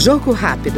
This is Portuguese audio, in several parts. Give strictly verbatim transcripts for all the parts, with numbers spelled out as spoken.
Jogo rápido.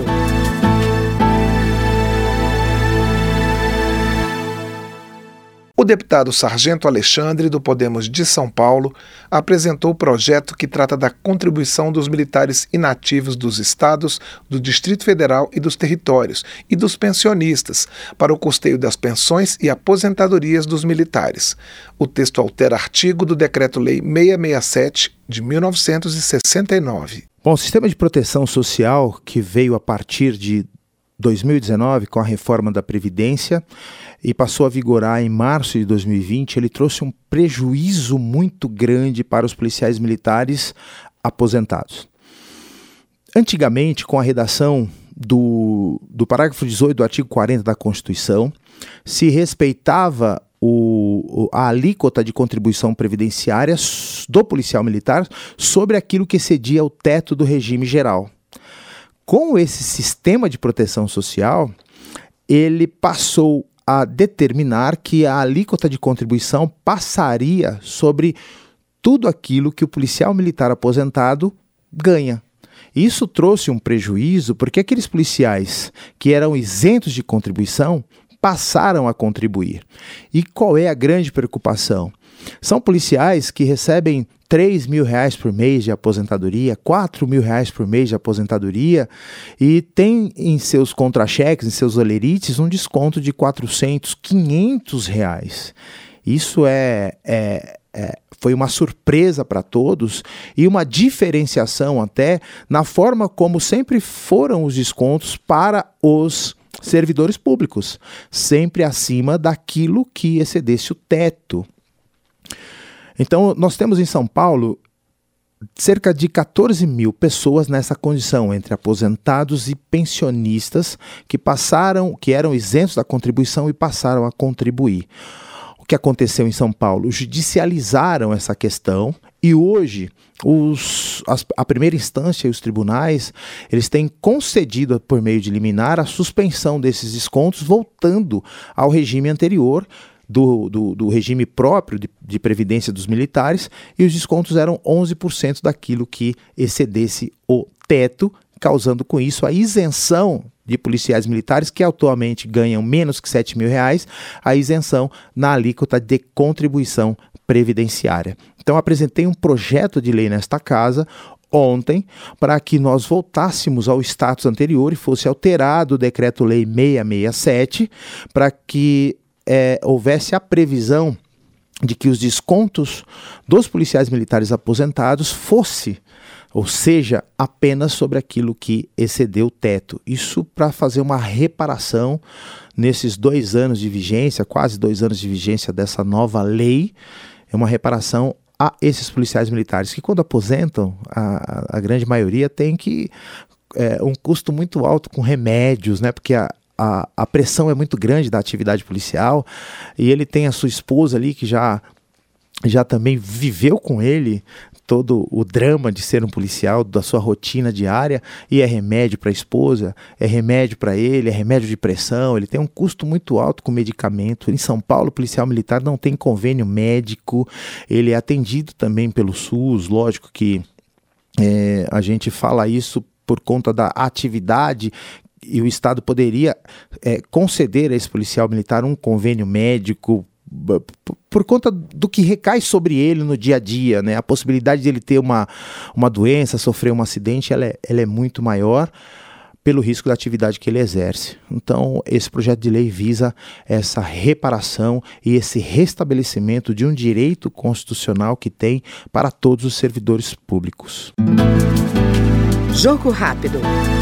O deputado Sargento Alexandre, do Podemos de São Paulo, apresentou o projeto que trata da contribuição dos militares inativos dos estados, do Distrito Federal e dos territórios, e dos pensionistas, para o custeio das pensões e aposentadorias dos militares. O texto altera artigo do Decreto-Lei seiscentos e sessenta e sete, de mil novecentos e sessenta e nove. Bom, o sistema de proteção social, que veio a partir de dois mil e dezenove com a reforma da Previdência e passou a vigorar em março de dois mil e vinte, ele trouxe um prejuízo muito grande para os policiais militares aposentados. Antigamente, com a redação do, do parágrafo dezoito do artigo quarenta da Constituição, se respeitava o, a alíquota de contribuição previdenciária do policial militar sobre aquilo que excedia o teto do regime geral. Com esse sistema de proteção social, ele passou a determinar que a alíquota de contribuição passaria sobre tudo aquilo que o policial militar aposentado ganha. Isso trouxe um prejuízo porque aqueles policiais que eram isentos de contribuição passaram a contribuir. E qual é a grande preocupação? São policiais que recebem três mil reais por mês de aposentadoria, quatro mil reais por mês de aposentadoria e tem em seus contra-cheques, em seus olerites, um desconto de quatrocentos, quinhentos reais. Isso é, é, é, foi uma surpresa para todos e uma diferenciação até na forma como sempre foram os descontos para os servidores públicos, sempre acima daquilo que excedesse o teto. Então, nós temos em São Paulo cerca de quatorze mil pessoas nessa condição, entre aposentados e pensionistas, que passaram, que eram isentos da contribuição e passaram a contribuir. O que aconteceu em São Paulo? Judicializaram essa questão e hoje os, as, a primeira instância e os tribunais eles têm concedido por meio de liminar a suspensão desses descontos, voltando ao regime anterior, Do, do, do regime próprio de, de previdência dos militares, e os descontos eram onze por cento daquilo que excedesse o teto, causando com isso a isenção de policiais militares que atualmente ganham menos que sete mil reais, a isenção na alíquota de contribuição previdenciária. Então apresentei um projeto de lei nesta casa ontem para que nós voltássemos ao status anterior e fosse alterado o Decreto-Lei seiscentos e sessenta e sete para que É, houvesse a previsão de que os descontos dos policiais militares aposentados fosse, ou seja, apenas sobre aquilo que excedeu o teto. Isso para fazer uma reparação nesses dois anos de vigência, quase dois anos de vigência dessa nova lei, é uma reparação a esses policiais militares que quando aposentam, a, a grande maioria tem que é, um custo muito alto com remédios, né? Porque a A, a pressão é muito grande da atividade policial e ele tem a sua esposa ali que já, já também viveu com ele todo o drama de ser um policial, da sua rotina diária, e é remédio para a esposa, é remédio para ele, é remédio de pressão, ele tem um custo muito alto com medicamento. Em São Paulo, o policial militar não tem convênio médico, ele é atendido também pelo SUS, lógico que é, a gente fala isso por conta da atividade e o Estado poderia é, conceder a esse policial militar um convênio médico por, por conta do que recai sobre ele no dia a dia, né? A possibilidade de ele ter uma, uma doença, sofrer um acidente, ela é, ela é muito maior pelo risco da atividade que ele exerce. Então, esse projeto de lei visa essa reparação e esse restabelecimento de um direito constitucional que tem para todos os servidores públicos. Jogo rápido.